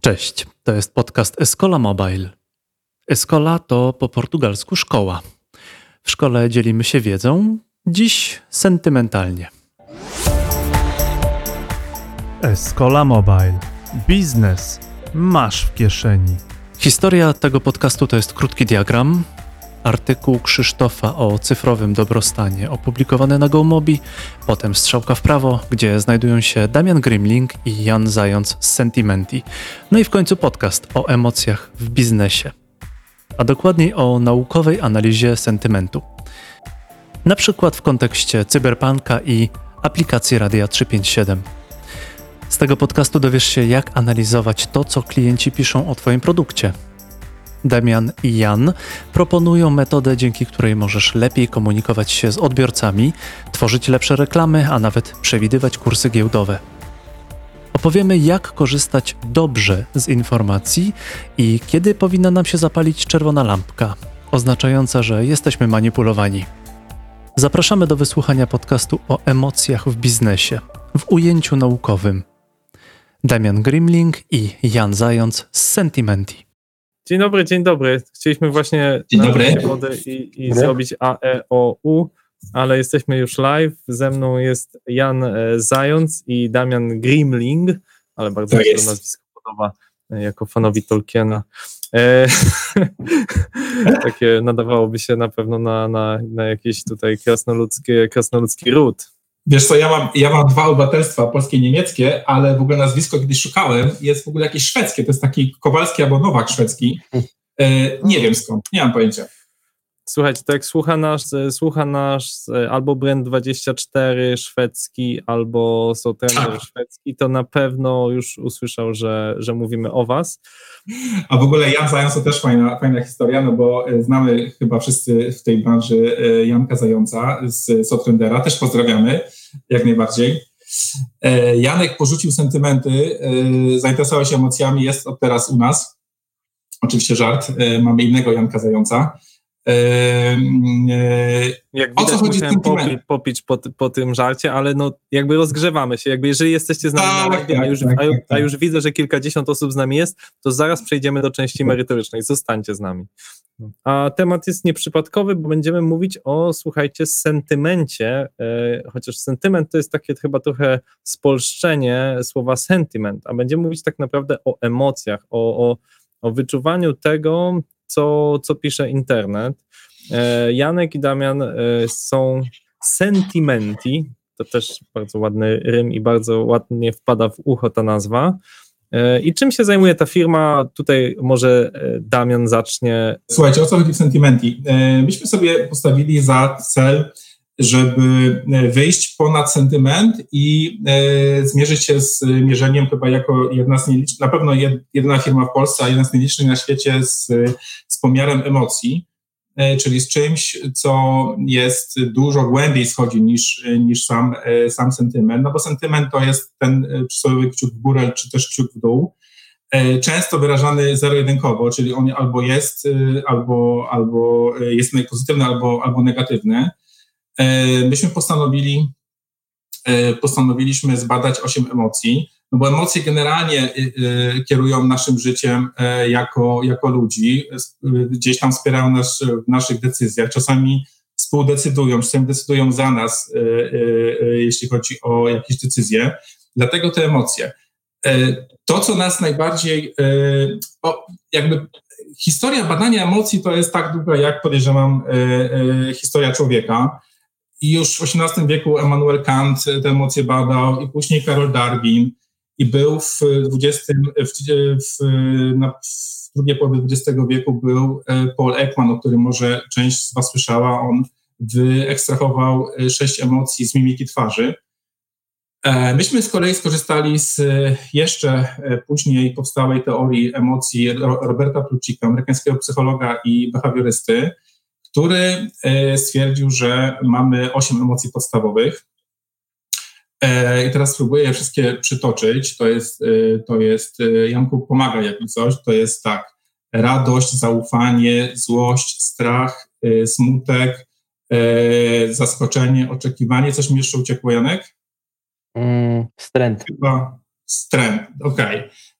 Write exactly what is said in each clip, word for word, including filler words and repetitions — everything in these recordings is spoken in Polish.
Cześć, to jest podcast Escola Mobile. Escola to po portugalsku szkoła. W szkole dzielimy się wiedzą, dziś sentymentalnie. Escola Mobile. Biznes masz w kieszeni. Historia tego podcastu to jest krótki diagram, artykuł Krzysztofa o cyfrowym dobrostanie opublikowany na GoMobi, potem strzałka w prawo, gdzie znajdują się Damian Grimling i Jan Zając z Sentimenti. No i w końcu podcast o emocjach w biznesie, a dokładniej o naukowej analizie sentymentu. Na przykład w kontekście cyberpunka i aplikacji Radia trzysta pięćdziesiąt siedem. Z tego podcastu dowiesz się, jak analizować to, co klienci piszą o Twoim produkcie. Damian i Jan proponują metodę, dzięki której możesz lepiej komunikować się z odbiorcami, tworzyć lepsze reklamy, a nawet przewidywać kursy giełdowe. Opowiemy, jak korzystać dobrze z informacji i kiedy powinna nam się zapalić czerwona lampka, oznaczająca, że jesteśmy manipulowani. Zapraszamy do wysłuchania podcastu o emocjach w biznesie w ujęciu naukowym. Damian Grimling i Jan Zając z Sentimenti. Dzień dobry, dzień dobry. Chcieliśmy właśnie napić wodę i, i zrobić A, E, O, U, ale jesteśmy już live. Ze mną jest Jan Zając i Damian Grimling, ale bardzo mi się to nazwisko podoba jako fanowi Tolkiena. E, takie nadawałoby się na pewno na, na, na jakieś tutaj krasnoludzkie, krasnoludzki ród. Wiesz co, ja mam, ja mam dwa obywatelstwa, polskie i niemieckie, ale w ogóle nazwisko, kiedy szukałem, jest w ogóle jakieś szwedzkie, to jest taki Kowalski albo Nowak szwedzki. E, nie wiem skąd, nie mam pojęcia. Słuchajcie, to jak słucha nasz, słucha nasz albo Brand dwadzieścia cztery szwedzki, albo Sotrender szwedzki, to na pewno już usłyszał, że, że mówimy o was. A w ogóle Jan Zając to też fajna, fajna historia, no bo znamy chyba wszyscy w tej branży Janka Zająca z Sotrendera, też pozdrawiamy, jak najbardziej. Janek porzucił sentymenty, zainteresował się emocjami, jest od teraz u nas. Oczywiście żart, mamy innego Janka Zająca. Jak widać, o co chodzi, musiałem popi, popić po, po tym żarcie, ale no jakby rozgrzewamy się, jakby jeżeli jesteście z nami tak, na live, tak, a, już, tak, a, tak, a już widzę, że kilkadziesiąt osób z nami jest, to zaraz przejdziemy do części merytorycznej, zostańcie z nami. A temat jest nieprzypadkowy, bo będziemy mówić o, słuchajcie, sentymencie, e, chociaż sentyment to jest takie chyba trochę spolszczenie słowa sentiment, a będziemy mówić tak naprawdę o emocjach, o, o, o wyczuwaniu tego, Co, co pisze internet. E, Janek i Damian e, są Sentimenti, to też bardzo ładny rym i bardzo ładnie wpada w ucho ta nazwa. E, I czym się zajmuje ta firma? Tutaj może Damian zacznie. Słuchajcie, o co chodzi w Sentimenti? E, myśmy sobie postawili za cel, żeby wyjść ponad sentyment i e, zmierzyć się z mierzeniem chyba jako jedna z nielicznych, na pewno jedyna firma w Polsce, a jedna z nielicznych na świecie z, z pomiarem emocji, e, czyli z czymś, co jest dużo głębiej schodzi niż, niż sam, e, sam sentyment, no bo sentyment to jest ten przysłowiowy kciuk w górę, czy też kciuk w dół, e, często wyrażany zero-jedynkowo, czyli on albo jest, albo, albo jest pozytywny, albo, albo negatywny. Myśmy postanowili, postanowiliśmy zbadać osiem emocji, no bo emocje generalnie kierują naszym życiem jako, jako ludzi, gdzieś tam wspierają nas w naszych decyzjach, czasami współdecydują, czasami decydują za nas, jeśli chodzi o jakieś decyzje, dlatego te emocje. To, co nas najbardziej, o, jakby historia badania emocji to jest tak długa, jak podejrzewam historia człowieka. I już w osiemnastym wieku Immanuel Kant te emocje badał i później Karol Darwin i był w dwudziestym, w, w, na, w drugiej połowie dwudziestego wieku był Paul Ekman, o którym może część z was słyszała. On wyekstrahował sześć emocji z mimiki twarzy. Myśmy z kolei skorzystali z jeszcze później powstałej teorii emocji Roberta Plucika, amerykańskiego psychologa i behawiorysty, który stwierdził, że mamy osiem emocji podstawowych. I teraz spróbuję je wszystkie przytoczyć. To jest, to jest, Janku, pomaga jakby coś. To jest tak, radość, zaufanie, złość, strach, smutek, zaskoczenie, oczekiwanie. Coś mi jeszcze uciekło, Janek? Mm, wstręt. Chyba wstręt, okej. Okay.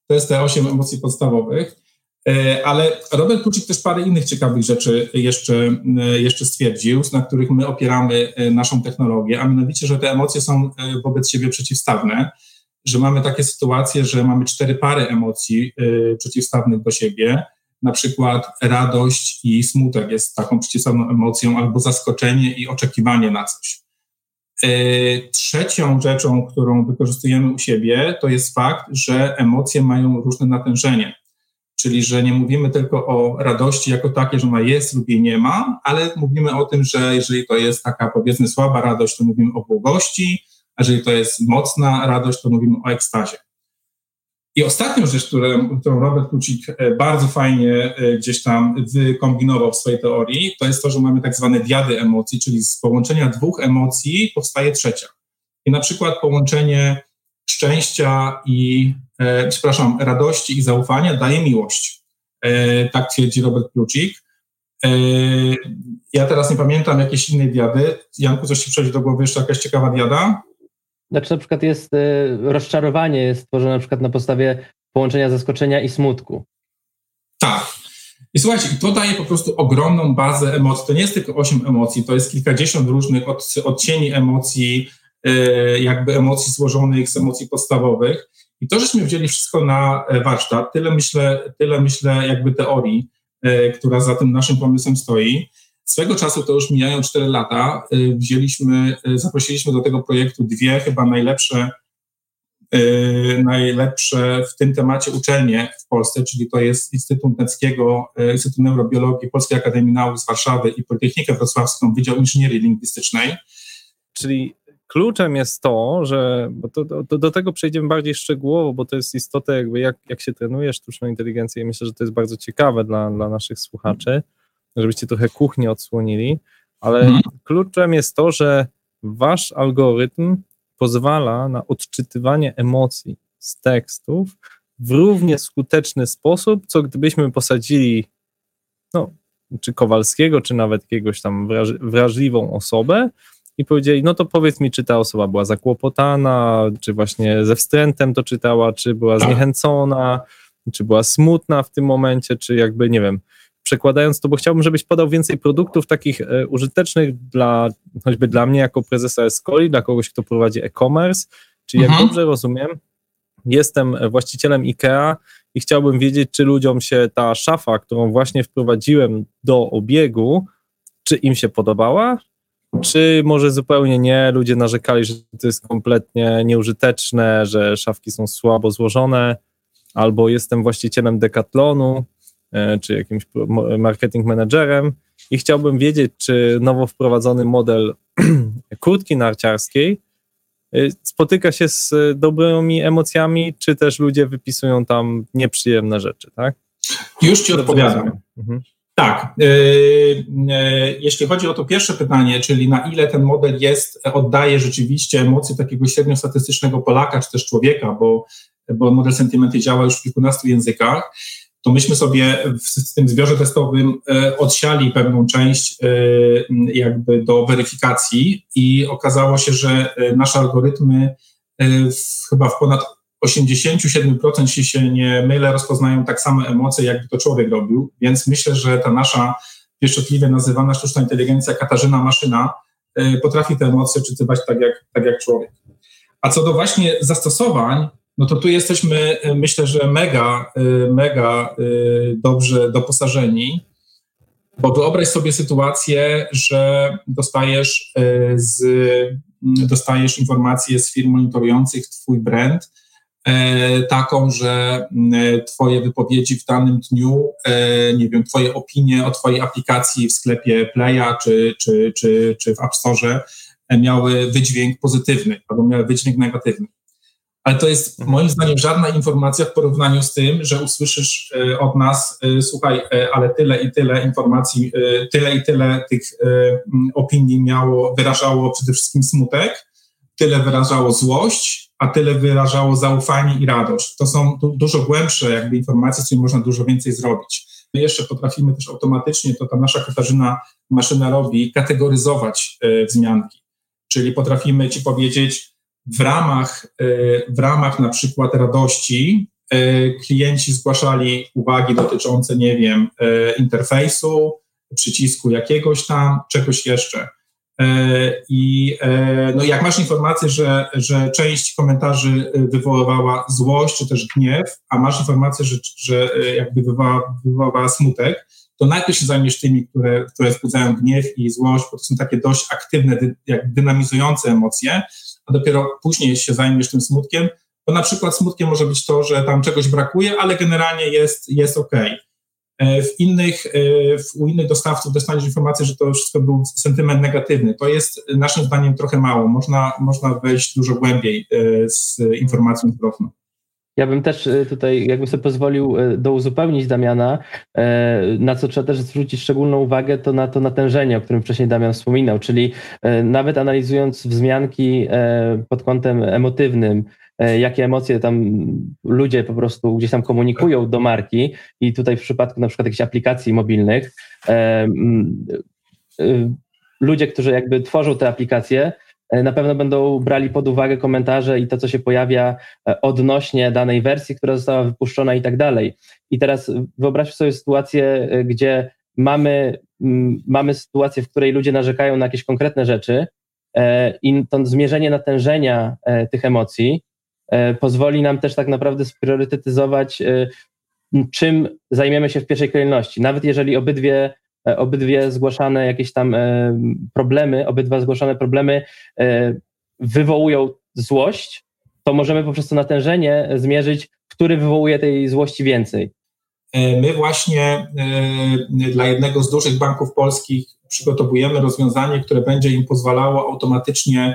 To jest te osiem emocji podstawowych. Ale Robert Kluczyk też parę innych ciekawych rzeczy jeszcze, jeszcze stwierdził, na których my opieramy naszą technologię, a mianowicie, że te emocje są wobec siebie przeciwstawne, że mamy takie sytuacje, że mamy cztery pary emocji przeciwstawnych do siebie, na przykład radość i smutek jest taką przeciwstawną emocją, albo zaskoczenie i oczekiwanie na coś. Trzecią rzeczą, którą wykorzystujemy u siebie, to jest fakt, że emocje mają różne natężenie. Czyli, że nie mówimy tylko o radości jako takiej, że ona jest lub jej nie ma, ale mówimy o tym, że jeżeli to jest taka, powiedzmy, słaba radość, to mówimy o błogości, a jeżeli to jest mocna radość, to mówimy o ekstazie. I ostatnią rzecz, którą, którą Robert Kluczyk bardzo fajnie gdzieś tam wykombinował w swojej teorii, to jest to, że mamy tak zwane diady emocji, czyli z połączenia dwóch emocji powstaje trzecia. I na przykład połączenie szczęścia i, e, przepraszam, radości i zaufania daje miłość. E, tak twierdzi Robert Kluczyk. E, ja teraz nie pamiętam jakiejś innej diady. Janku, coś ci przychodzi do głowy, jeszcze jakaś ciekawa diada? Znaczy na przykład jest y, rozczarowanie jest tworzone na przykład na podstawie połączenia zaskoczenia i smutku. Tak. I słuchajcie, to daje po prostu ogromną bazę emocji. To nie jest tylko osiem emocji, to jest kilkadziesiąt różnych od, odcieni emocji, jakby emocji złożonych z emocji podstawowych. I to, żeśmy wzięli wszystko na warsztat, tyle myślę, tyle myślę jakby teorii, która za tym naszym pomysłem stoi. Swego czasu, to już mijają cztery lata, wzięliśmy, zaprosiliśmy do tego projektu dwie chyba najlepsze, najlepsze w tym temacie uczelnie w Polsce, czyli to jest Instytut Neckiego, Instytut Neurobiologii Polskiej Akademii Nauk z Warszawy i Politechnikę Wrocławską, Wydział Inżynierii Lingwistycznej. Czyli kluczem jest to, że, bo to, to, do tego przejdziemy bardziej szczegółowo, bo to jest istotne, jakby jak, jak się trenuje sztuczną inteligencję i myślę, że to jest bardzo ciekawe dla, dla naszych słuchaczy, żebyście trochę kuchnię odsłonili, ale mhm. kluczem jest to, że wasz algorytm pozwala na odczytywanie emocji z tekstów w równie skuteczny sposób, co gdybyśmy posadzili no, czy Kowalskiego, czy nawet jakiegoś tam wraż, wrażliwą osobę i powiedzieli, no to powiedz mi, czy ta osoba była zakłopotana, czy właśnie ze wstrętem to czytała, czy była zniechęcona, czy była smutna w tym momencie, czy jakby, nie wiem, przekładając to, bo chciałbym, żebyś podał więcej produktów takich e, użytecznych dla, choćby dla mnie jako prezesa Escoli, dla kogoś, kto prowadzi e-commerce, czyli jak mhm. dobrze rozumiem, jestem właścicielem IKEA i chciałbym wiedzieć, czy ludziom się ta szafa, którą właśnie wprowadziłem do obiegu, czy im się podobała, czy może zupełnie nie, ludzie narzekali, że to jest kompletnie nieużyteczne, że szafki są słabo złożone, albo jestem właścicielem Decathlonu, czy jakimś marketing managerem i chciałbym wiedzieć, czy nowo wprowadzony model kurtki narciarskiej spotyka się z dobrymi emocjami, czy też ludzie wypisują tam nieprzyjemne rzeczy, tak? Już ci odpowiadam. Mhm. Tak. Yy, yy, jeśli chodzi o to pierwsze pytanie, czyli na ile ten model jest, oddaje rzeczywiście emocje takiego średniostatystycznego Polaka, czy też człowieka, bo, bo model Sentimenty działa już w kilkunastu językach, to myśmy sobie w, w tym zbiorze testowym e, odsiali pewną część e, jakby do weryfikacji i okazało się, że e, nasze algorytmy e, w, chyba w ponad osiemdziesiąt siedem procent, jeśli się nie mylę, rozpoznają tak same emocje, jakby to człowiek robił, więc myślę, że ta nasza pieszczotliwie nazywana sztuczna inteligencja Katarzyna Maszyna e, potrafi te emocje czytywać tak jak, tak jak człowiek. A co do właśnie zastosowań, no to tu jesteśmy, myślę, że mega, mega dobrze doposażeni, bo wyobraź sobie sytuację, że dostajesz, z, dostajesz informację z firm monitorujących twój brand, taką, że twoje wypowiedzi w danym dniu, nie wiem, twoje opinie o twojej aplikacji w sklepie Playa czy, czy, czy, czy w App Store miały wydźwięk pozytywny albo miały wydźwięk negatywny. Ale to jest moim zdaniem żadna informacja w porównaniu z tym, że usłyszysz od nas, słuchaj, ale tyle i tyle informacji, tyle i tyle tych opinii miało, wyrażało przede wszystkim smutek, tyle wyrażało złość, a tyle wyrażało zaufanie i radość. To są du- dużo głębsze jakby informacje, z którymi można dużo więcej zrobić. My jeszcze potrafimy też automatycznie, to ta nasza Katarzyna maszyna robi, kategoryzować wzmianki. Czyli potrafimy ci powiedzieć, w ramach, w ramach na przykład radości klienci zgłaszali uwagi dotyczące, nie wiem, interfejsu, przycisku jakiegoś tam, czegoś jeszcze. I no jak masz informację, że, że część komentarzy wywoływała złość czy też gniew, a masz informację, że, że jakby wywołała, wywoływała smutek, to najpierw się zajmiesz tymi, które, które wzbudzają gniew i złość, bo to są takie dość aktywne, dy, jak dynamizujące emocje, a dopiero później się zajmiesz tym smutkiem, bo na przykład smutkiem może być to, że tam czegoś brakuje, ale generalnie jest, jest okej. W innych, w, u innych dostawców dostaniesz informację, że to wszystko był sentyment negatywny. To jest naszym zdaniem trochę mało. Można, można wejść dużo głębiej z informacją zwrotną. Ja bym też tutaj jakby sobie pozwolił douzupełnić Damiana, na co trzeba też zwrócić szczególną uwagę, to na to natężenie, o którym wcześniej Damian wspominał, czyli nawet analizując wzmianki pod kątem emotywnym, jakie emocje tam ludzie po prostu gdzieś tam komunikują do marki i tutaj w przypadku na przykład jakichś aplikacji mobilnych, ludzie, którzy jakby tworzą te aplikacje, na pewno będą brali pod uwagę komentarze i to, co się pojawia odnośnie danej wersji, która została wypuszczona i tak dalej. I teraz wyobraźmy sobie sytuację, gdzie mamy, mamy sytuację, w której ludzie narzekają na jakieś konkretne rzeczy i to zmierzenie natężenia tych emocji pozwoli nam też tak naprawdę spriorytetyzować, czym zajmiemy się w pierwszej kolejności. Nawet jeżeli obydwie obydwie zgłaszane jakieś tam problemy, obydwa zgłaszane problemy wywołują złość, to możemy po prostu natężenie zmierzyć, który wywołuje tej złości więcej. My właśnie dla jednego z dużych banków polskich przygotowujemy rozwiązanie, które będzie im pozwalało automatycznie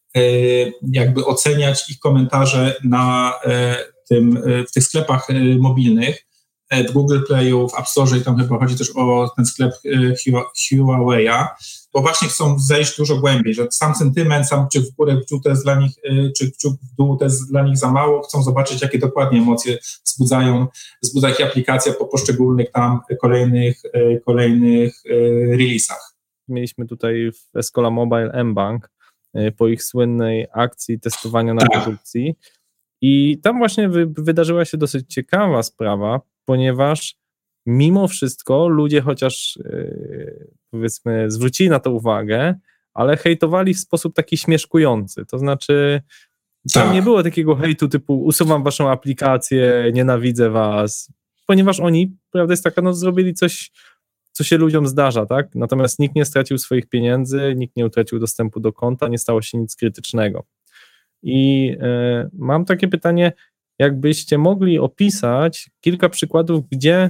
jakby oceniać ich komentarze na tym, w tych sklepach mobilnych, w Google Playu, w App Store i tam chyba chodzi też o ten sklep Huawei'a, bo właśnie chcą zejść dużo głębiej, że sam sentyment, sam kciuk w górę, kciuk to jest dla nich, czy kciuk w dół to jest dla nich za mało, chcą zobaczyć, jakie dokładnie emocje wzbudzają, wzbudza ich aplikacja po poszczególnych tam kolejnych, kolejnych releasach. Mieliśmy tutaj w Escola Mobile mBank po ich słynnej akcji testowania na tak. produkcji i tam właśnie wy, wydarzyła się dosyć ciekawa sprawa, ponieważ mimo wszystko ludzie chociaż yy, powiedzmy zwrócili na to uwagę, ale hejtowali w sposób taki śmieszkujący, to znaczy tam tak. nie było takiego hejtu typu usuwam waszą aplikację, nienawidzę was, ponieważ oni, prawda jest taka, no zrobili coś, co się ludziom zdarza, tak? Natomiast nikt nie stracił swoich pieniędzy, nikt nie utracił dostępu do konta, nie stało się nic krytycznego. I yy, mam takie pytanie, jakbyście mogli opisać kilka przykładów, gdzie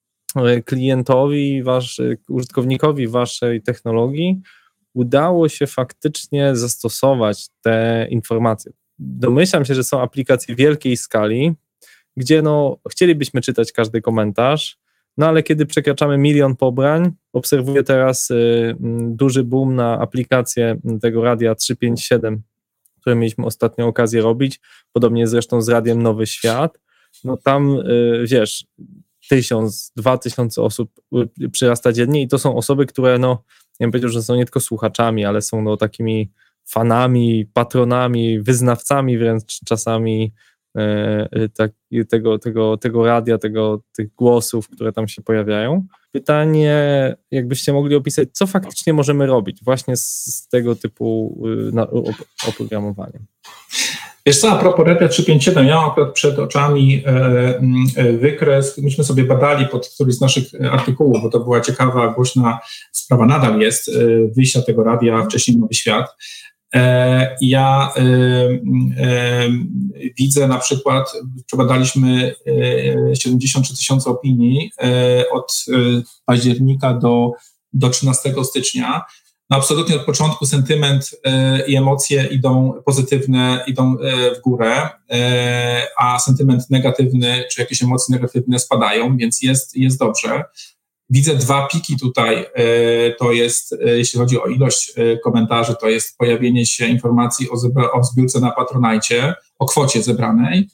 klientowi, wasz, użytkownikowi waszej technologii udało się faktycznie zastosować te informacje. Domyślam się, że są aplikacje wielkiej skali, gdzie no, chcielibyśmy czytać każdy komentarz, no ale kiedy przekraczamy milion pobrań, obserwuję teraz y, duży boom na aplikację tego radia trzysta pięćdziesiąt siedem, które mieliśmy ostatnio okazję robić, podobnie zresztą z Radiem Nowy Świat, no tam, y, wiesz, tysiąc, dwa tysiące osób przyrasta dziennie i to są osoby, które, no, ja bym powiedział, że są nie tylko słuchaczami, ale są no takimi fanami, patronami, wyznawcami wręcz czasami y, tak, tego, tego, tego radia, tego, tych głosów, które tam się pojawiają. Pytanie, jakbyście mogli opisać, co faktycznie możemy robić właśnie z, z tego typu y, na, oprogramowaniem. Wiesz co, a propos Radia trzysta pięćdziesiąt siedem, ja mam akurat przed oczami e, wykres, myśmy sobie badali pod któryś z naszych artykułów, bo to była ciekawa, głośna sprawa, nadal jest, e, wyjścia tego radia, wcześniej Nowy Świat. E, ja e, e, widzę na przykład, przebadaliśmy e, siedemdziesiąt trzy tysiące opinii e, od e, października do, do trzynastego stycznia. No absolutnie od początku sentyment y, i emocje idą pozytywne, idą y, w górę, y, a sentyment negatywny, czy jakieś emocje negatywne spadają, więc jest, jest dobrze. Widzę dwa piki tutaj, y, to jest, y, jeśli chodzi o ilość y, komentarzy, to jest pojawienie się informacji o, zebra- o zbiórce na Patronite, o kwocie zebranej,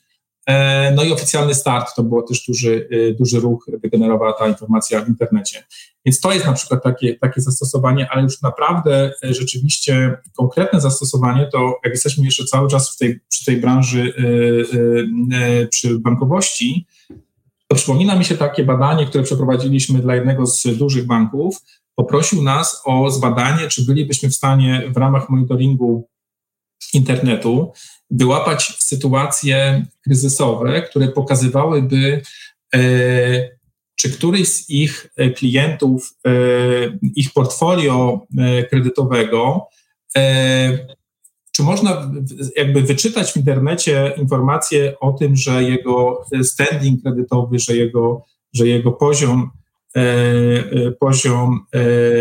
No i oficjalny start to było też duży, duży ruch, wygenerowała ta informacja w internecie. Więc to jest na przykład takie, takie zastosowanie, ale już naprawdę rzeczywiście konkretne zastosowanie, to jak jesteśmy jeszcze cały czas w tej, przy tej branży, przy bankowości, to przypomina mi się takie badanie, które przeprowadziliśmy dla jednego z dużych banków. Poprosił nas o zbadanie, czy bylibyśmy w stanie w ramach monitoringu internetu wyłapać sytuacje kryzysowe, które pokazywałyby, e, czy któryś z ich klientów, e, ich portfolio e, kredytowego, e, czy można jakby wyczytać w internecie informacje o tym, że jego standing kredytowy, że jego, że jego poziom, e, poziom e,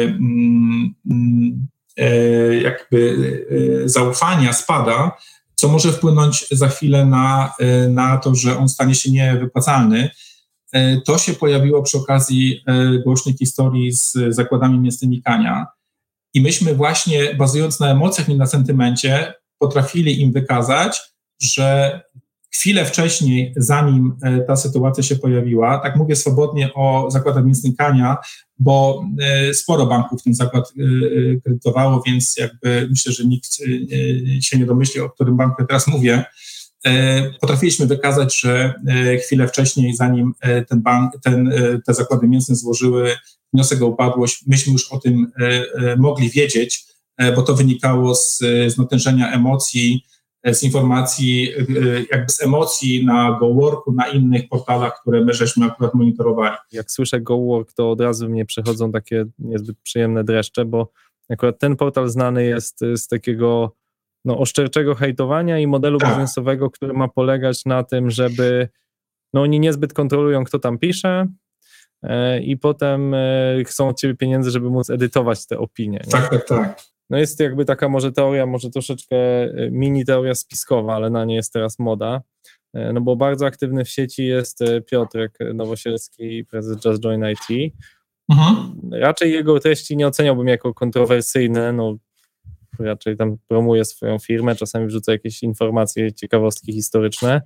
mm, jakby zaufania spada, co może wpłynąć za chwilę na, na to, że on stanie się niewypłacalny. To się pojawiło przy okazji głośnej historii z zakładami mięsnymi Kania i myśmy właśnie, bazując na emocjach i na sentymencie, potrafili im wykazać, że chwilę wcześniej, zanim ta sytuacja się pojawiła, tak mówię swobodnie o zakładach mięsnych Kania, bo sporo banków ten zakład kredytowało, więc jakby myślę, że nikt się nie domyśli, o którym banku ja teraz mówię. Potrafiliśmy wykazać, że chwilę wcześniej, zanim ten bank, ten, te zakłady mięsne złożyły wniosek o upadłość, myśmy już o tym mogli wiedzieć, bo to wynikało z, z natężenia emocji, z informacji, jakby z emocji na GoWorku, na innych portalach, które my żeśmy akurat monitorowali. Jak słyszę GoWork, to od razu mnie przechodzą takie niezbyt przyjemne dreszcze, bo akurat ten portal znany jest z takiego no, oszczerczego hejtowania i modelu tak. biznesowego, który ma polegać na tym, żeby no, oni niezbyt kontrolują, kto tam pisze e, i potem e, chcą od ciebie pieniędzy, żeby móc edytować te opinie. Nie? Tak, tak, tak. No jest jakby taka może teoria, może troszeczkę mini teoria spiskowa, ale na nie jest teraz moda, no bo bardzo aktywny w sieci jest Piotrek Nowosielski, prezes Just Join I T. Mhm. Raczej jego treści nie oceniałbym jako kontrowersyjne, no raczej tam promuje swoją firmę, czasami wrzuca jakieś informacje, ciekawostki historyczne.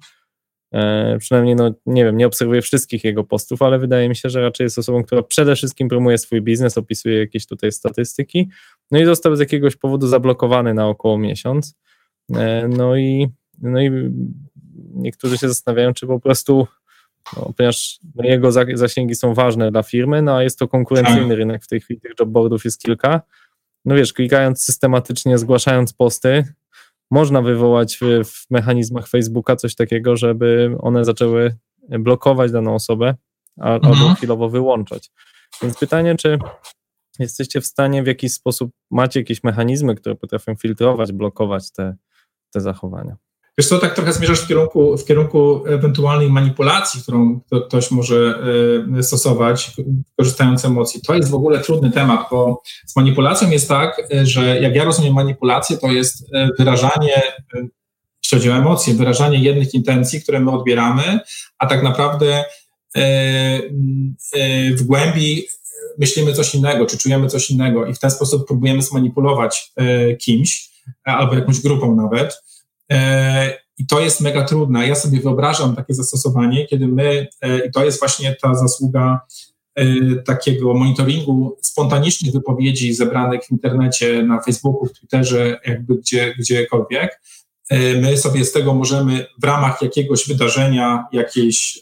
E, przynajmniej, no nie wiem, nie obserwuję wszystkich jego postów, ale wydaje mi się, że raczej jest osobą, która przede wszystkim promuje swój biznes, opisuje jakieś tutaj statystyki, no i został z jakiegoś powodu zablokowany na około miesiąc, e, no i no i niektórzy się zastanawiają, czy po prostu, no, ponieważ no, jego zasięgi są ważne dla firmy, no a jest to konkurencyjny rynek, w tej chwili tych jobboardów jest kilka, no wiesz, klikając systematycznie, zgłaszając posty, można wywołać w, w mechanizmach Facebooka coś takiego, żeby one zaczęły blokować daną osobę a, mhm. albo chwilowo wyłączać. Więc pytanie, czy jesteście w stanie w jakiś sposób, macie jakieś mechanizmy, które potrafią filtrować, blokować te, te zachowania? Wiesz co, tak trochę zmierzasz w kierunku, w kierunku ewentualnej manipulacji, którą ktoś może y, stosować, korzystając z emocji. To jest w ogóle trudny temat, bo z manipulacją jest tak, że jak ja rozumiem manipulację, to jest wyrażanie, jeśli chodzi o emocje, wyrażanie jednych intencji, które my odbieramy, a tak naprawdę y, y, w głębi myślimy coś innego, czy czujemy coś innego i w ten sposób próbujemy zmanipulować y, kimś albo jakąś grupą nawet. I to jest mega trudne. Ja sobie wyobrażam takie zastosowanie, kiedy my, i to jest właśnie ta zasługa takiego monitoringu spontanicznych wypowiedzi zebranych w internecie, na Facebooku, w Twitterze, jakby gdzie, gdziekolwiek. My sobie z tego możemy w ramach jakiegoś wydarzenia, jakiejś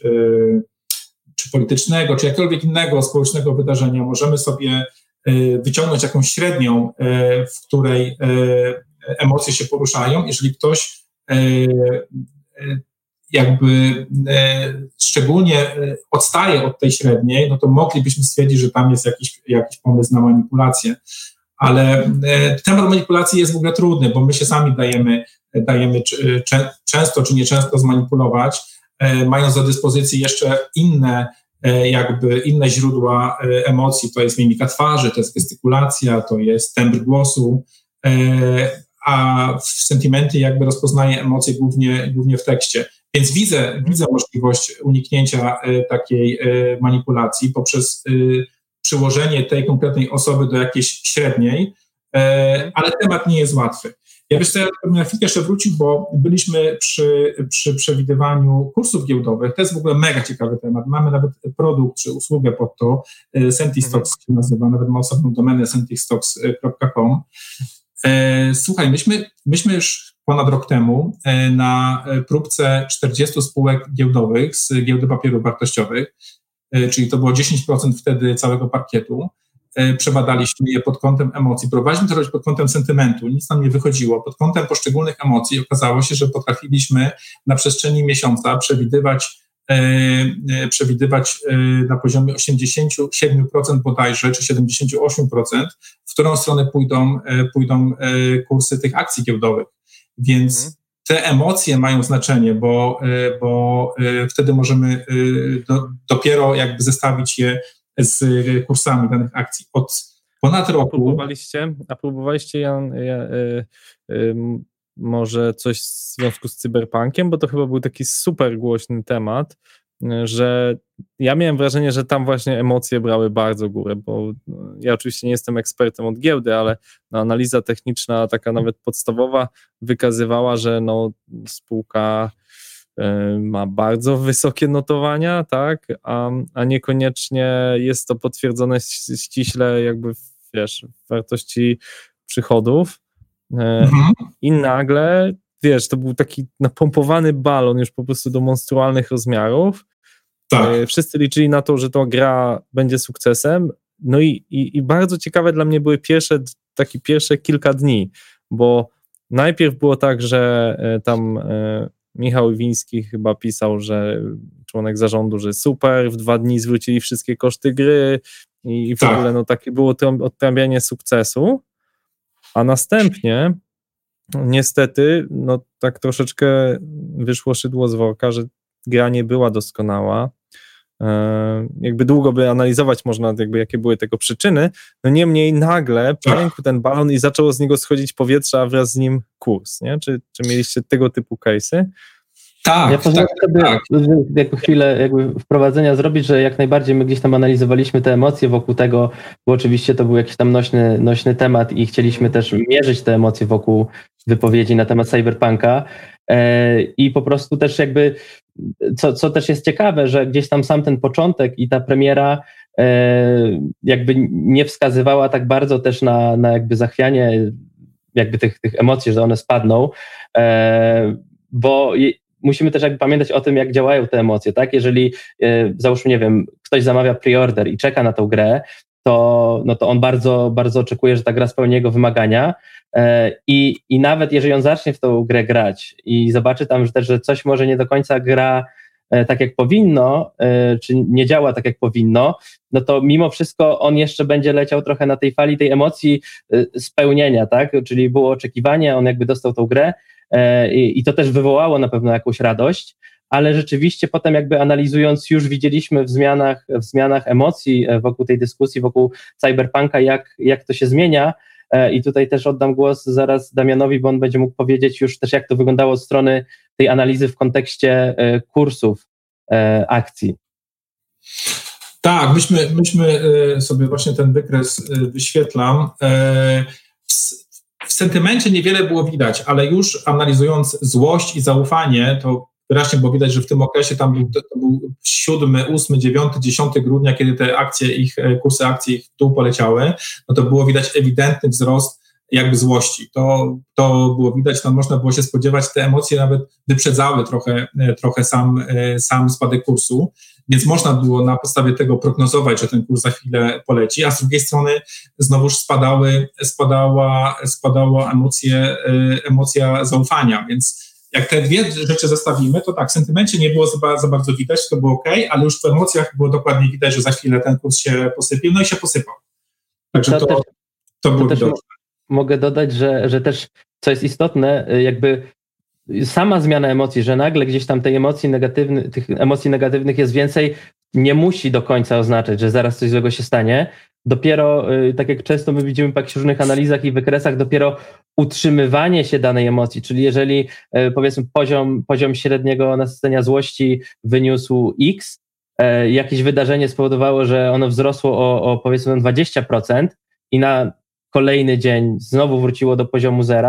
czy politycznego, czy jakiegokolwiek innego społecznego wydarzenia, możemy sobie wyciągnąć jakąś średnią, w której emocje się poruszają. Jeżeli ktoś jakby szczególnie odstaje od tej średniej, no to moglibyśmy stwierdzić, że tam jest jakiś, jakiś pomysł na manipulację. Ale temat manipulacji jest w ogóle trudny, bo my się sami dajemy, dajemy cze, często czy nieczęsto zmanipulować, mając do dyspozycji jeszcze inne jakby inne źródła emocji. To jest mimika twarzy, to jest gestykulacja, to jest tembr głosu, a w sentymenty jakby rozpoznaje emocje głównie, głównie w tekście. Więc widzę, widzę możliwość uniknięcia y, takiej y, manipulacji poprzez y, przyłożenie tej konkretnej osoby do jakiejś średniej, y, ale temat nie jest łatwy. Ja wiesz co, ja bym na chwilkę jeszcze wrócił, bo byliśmy przy, przy przewidywaniu kursów giełdowych. To jest w ogóle mega ciekawy temat. Mamy nawet produkt czy usługę pod to, Sentistocks się nazywa, nawet ma osobną domenę sentistocks kropka com. Słuchaj, myśmy, myśmy już ponad rok temu na próbce czterdziestu spółek giełdowych z giełdy papierów wartościowych, czyli to było dziesięć procent wtedy całego parkietu, przebadaliśmy je pod kątem emocji. Próbowaliśmy to robić pod kątem sentymentu, nic nam nie wychodziło. Pod kątem poszczególnych emocji okazało się, że potrafiliśmy na przestrzeni miesiąca przewidywać, e, przewidywać e, na poziomie osiemdziesiąt siedem procent bodajże, czy siedemdziesiąt osiem procent, w którą stronę pójdą, e, pójdą e, kursy tych akcji giełdowych. Więc mhm. te emocje mają znaczenie, bo, e, bo e, wtedy możemy e, do, dopiero jakby zestawić je z kursami danych akcji. Od ponad roku... A próbowaliście, a próbowaliście Jan, ja, y, y, może coś w związku z cyberpunkiem, bo to chyba był taki super głośny temat, że ja miałem wrażenie, że tam właśnie emocje brały bardzo górę, bo ja oczywiście nie jestem ekspertem od giełdy, ale no, analiza techniczna, taka nawet podstawowa, wykazywała, że no, spółka ma bardzo wysokie notowania, tak, a, a niekoniecznie jest to potwierdzone ściśle jakby, wiesz, w wartości przychodów. Mhm. I nagle, wiesz, to był taki napompowany balon już po prostu do monstrualnych rozmiarów. Tak. Wszyscy liczyli na to, że ta gra będzie sukcesem. No i, i, i bardzo ciekawe dla mnie były pierwsze, takie pierwsze kilka dni, bo najpierw było tak, że tam Michał Wiński chyba pisał, że członek zarządu, że super, w dwa dni zwrócili wszystkie koszty gry i w tak. ogóle no takie było to odprawianie sukcesu, a następnie no, niestety no tak troszeczkę wyszło szydło z worka, że gra nie była doskonała. E, jakby długo by analizować można, jakby jakie były tego przyczyny, no niemniej nagle pękł ten balon i zaczęło z niego schodzić powietrze, a wraz z nim kurs, nie? Czy, czy mieliście tego typu case'y? Tak, ja pozwolę tak, sobie tak. jakby chwilę jakby wprowadzenia zrobić, że jak najbardziej my gdzieś tam analizowaliśmy te emocje wokół tego, bo oczywiście to był jakiś tam nośny, nośny temat i chcieliśmy też mierzyć te emocje wokół wypowiedzi na temat cyberpunka e, i po prostu też jakby, co, co też jest ciekawe, że gdzieś tam sam ten początek i ta premiera e, jakby nie wskazywała tak bardzo też na, na jakby zachwianie jakby tych, tych emocji, że one spadną, e, bo musimy też jakby pamiętać o tym, jak działają te emocje, tak? Jeżeli e, załóżmy, nie wiem, ktoś zamawia pre-order i czeka na tą grę, to, no to on bardzo, bardzo oczekuje, że ta gra spełni jego wymagania e, i, i nawet jeżeli on zacznie w tą grę grać i zobaczy tam że też, że coś może nie do końca gra e, tak jak powinno, e, czy nie działa tak jak powinno, no to mimo wszystko on jeszcze będzie leciał trochę na tej fali tej emocji e, spełnienia, tak? Czyli było oczekiwanie, on jakby dostał tą grę, I, i to też wywołało na pewno jakąś radość, ale rzeczywiście potem jakby analizując już widzieliśmy w zmianach, w zmianach emocji wokół tej dyskusji, wokół cyberpunka, jak, jak to się zmienia i tutaj też oddam głos zaraz Damianowi, bo on będzie mógł powiedzieć już też jak to wyglądało od strony tej analizy w kontekście kursów akcji. Tak, myśmy, myśmy sobie właśnie ten wykres wyświetlam. W sentymencie niewiele było widać, ale już analizując złość i zaufanie, to wyraźnie było widać, że w tym okresie tam był, to był siódmy, ósmy, dziewiąty, dziesiąty grudnia, kiedy te akcje, ich kursy akcji ich w dół poleciały, no to było widać ewidentny wzrost jakby złości. To, to było widać, tam można było się spodziewać, te emocje nawet wyprzedzały trochę, trochę sam, sam spadek kursu, więc można było na podstawie tego prognozować, że ten kurs za chwilę poleci, a z drugiej strony znowuż spadały, spadała, spadała emocje, emocja zaufania, więc jak te dwie rzeczy zestawimy, to tak, w sentymencie nie było za, za bardzo widać, to było ok, ale już w emocjach było dokładnie widać, że za chwilę ten kurs się posypie, no i się posypał. Także to, to, też, to było to widoczne. Mogę dodać, że, że też, co jest istotne, jakby sama zmiana emocji, że nagle gdzieś tam tej emocji negatywnych, tych emocji negatywnych jest więcej, nie musi do końca oznaczać, że zaraz coś złego się stanie. Dopiero, tak jak często my widzimy w jakichś różnych analizach i wykresach, dopiero utrzymywanie się danej emocji, czyli jeżeli powiedzmy poziom, poziom średniego nasycenia złości wyniósł X, jakieś wydarzenie spowodowało, że ono wzrosło o, o powiedzmy dwadzieścia procent i na kolejny dzień znowu wróciło do poziomu zera,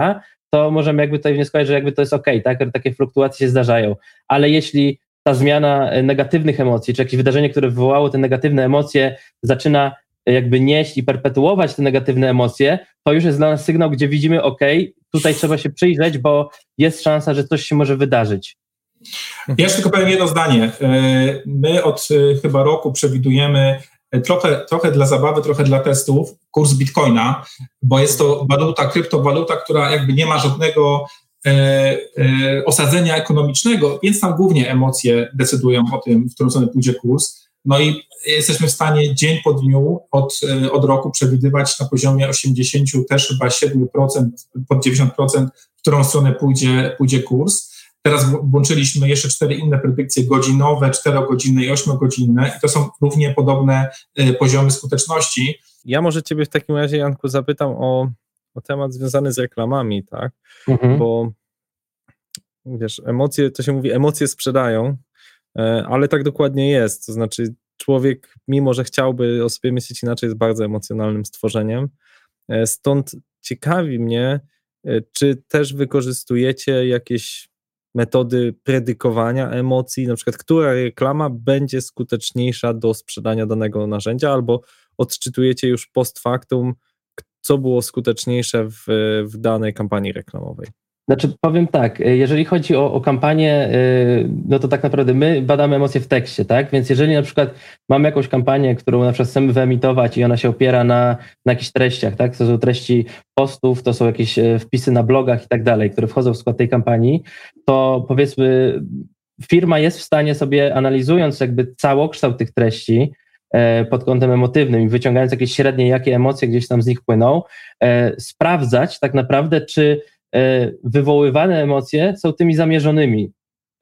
to możemy jakby tutaj wnioskować, że jakby to jest okej, tak? Takie fluktuacje się zdarzają. Ale jeśli ta zmiana negatywnych emocji, czy jakieś wydarzenie, które wywołało te negatywne emocje, zaczyna jakby nieść i perpetuować te negatywne emocje, to już jest dla nas sygnał, gdzie widzimy, okej, tutaj trzeba się przyjrzeć, bo jest szansa, że coś się może wydarzyć. Ja jeszcze tylko powiem jedno zdanie. My od chyba roku przewidujemy trochę, trochę dla zabawy, trochę dla testów kurs Bitcoina, bo jest to waluta, kryptowaluta, która jakby nie ma żadnego e, e, osadzenia ekonomicznego, więc tam głównie emocje decydują o tym, w którą stronę pójdzie kurs. No i jesteśmy w stanie dzień po dniu od, od roku przewidywać na poziomie osiemdziesiąt, też chyba siedem procent, pod dziewięćdziesiąt procent, w którą stronę pójdzie, pójdzie kurs. Teraz włączyliśmy jeszcze cztery inne predykcje godzinowe, czterogodzinne i ośmiogodzinne i to są równie podobne y, poziomy skuteczności. Ja może ciebie w takim razie, Janku, zapytam o, o temat związany z reklamami, tak? Mhm. Bo wiesz, emocje, to się mówi, emocje sprzedają, ale tak dokładnie jest, to znaczy człowiek, mimo że chciałby o sobie myśleć inaczej, jest bardzo emocjonalnym stworzeniem, stąd ciekawi mnie, czy też wykorzystujecie jakieś metody predykowania emocji, na przykład która reklama będzie skuteczniejsza do sprzedania danego narzędzia, albo odczytujecie już post factum, co było skuteczniejsze w, w danej kampanii reklamowej. Znaczy powiem tak, jeżeli chodzi o, o kampanię, no to tak naprawdę my badamy emocje w tekście, tak? Więc jeżeli na przykład mamy jakąś kampanię, którą na przykład chcemy wyemitować i ona się opiera na, na jakichś treściach, tak? To są treści postów, to są jakieś wpisy na blogach i tak dalej, które wchodzą w skład tej kampanii, to powiedzmy firma jest w stanie sobie, analizując jakby całokształt tych treści pod kątem emotywnym i wyciągając jakieś średnie, jakie emocje gdzieś tam z nich płyną, sprawdzać tak naprawdę, czy wywoływane emocje są tymi zamierzonymi.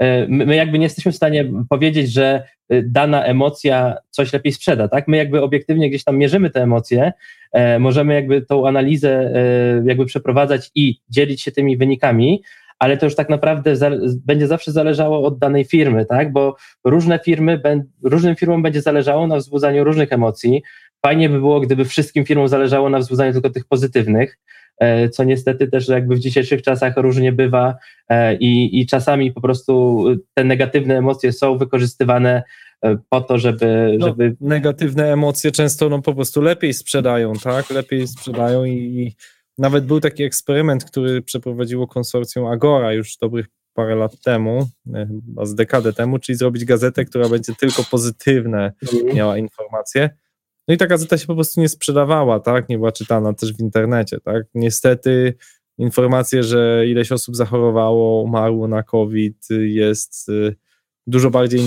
My jakby nie jesteśmy w stanie powiedzieć, że dana emocja coś lepiej sprzeda, tak? My jakby obiektywnie gdzieś tam mierzymy te emocje, możemy jakby tą analizę jakby przeprowadzać i dzielić się tymi wynikami, ale to już tak naprawdę za, będzie zawsze zależało od danej firmy, tak? Bo różne firmy, różnym firmom będzie zależało na wzbudzaniu różnych emocji. Fajnie by było, gdyby wszystkim firmom zależało na wzbudzaniu tylko tych pozytywnych, co niestety też jakby w dzisiejszych czasach różnie bywa i, i czasami po prostu te negatywne emocje są wykorzystywane po to, żeby... No, żeby... negatywne emocje często no, po prostu lepiej sprzedają, tak? Lepiej sprzedają i, i nawet był taki eksperyment, który przeprowadziło konsorcjum Agora już dobrych parę lat temu, chyba z dekadę temu, czyli zrobić gazetę, która będzie tylko pozytywne miała informacje. No i ta gazeta się po prostu nie sprzedawała, tak? Nie była czytana też w internecie, tak? Niestety informacje, że ileś osób zachorowało, umarło na COVID jest dużo bardziej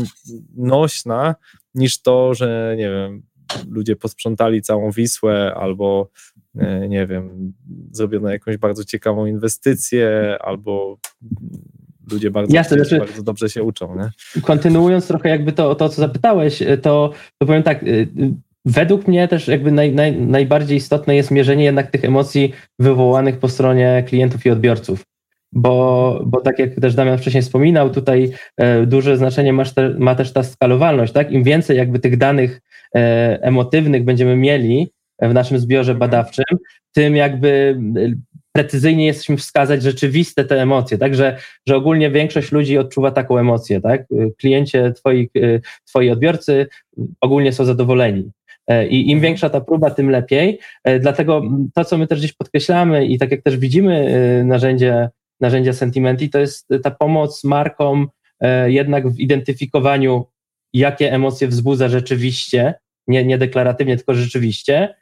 nośna niż to, że nie wiem, ludzie posprzątali całą Wisłę albo nie wiem, zrobiono jakąś bardzo ciekawą inwestycję albo ludzie bardzo, Jasne, bardzo, znaczy, bardzo dobrze się uczą, nie? Kontynuując trochę jakby to, to co zapytałeś, to, to powiem tak, według mnie też jakby naj, naj, najbardziej istotne jest mierzenie jednak tych emocji wywołanych po stronie klientów i odbiorców. Bo, bo tak jak też Damian wcześniej wspominał, tutaj e, duże znaczenie ma, te, ma też ta skalowalność, tak? Im więcej jakby tych danych e, emotywnych będziemy mieli w naszym zbiorze badawczym, tym jakby precyzyjnie jesteśmy wskazać rzeczywiste te emocje, tak? Że, że ogólnie większość ludzi odczuwa taką emocję, tak? Kliencie, twoi, twoi odbiorcy ogólnie są zadowoleni. I im większa ta próba, tym lepiej. Dlatego to, co my też gdzieś podkreślamy i tak jak też widzimy narzędzie, narzędzia Sentimenti, to jest ta pomoc markom jednak w identyfikowaniu, jakie emocje wzbudza rzeczywiście, nie, nie deklaratywnie, tylko rzeczywiście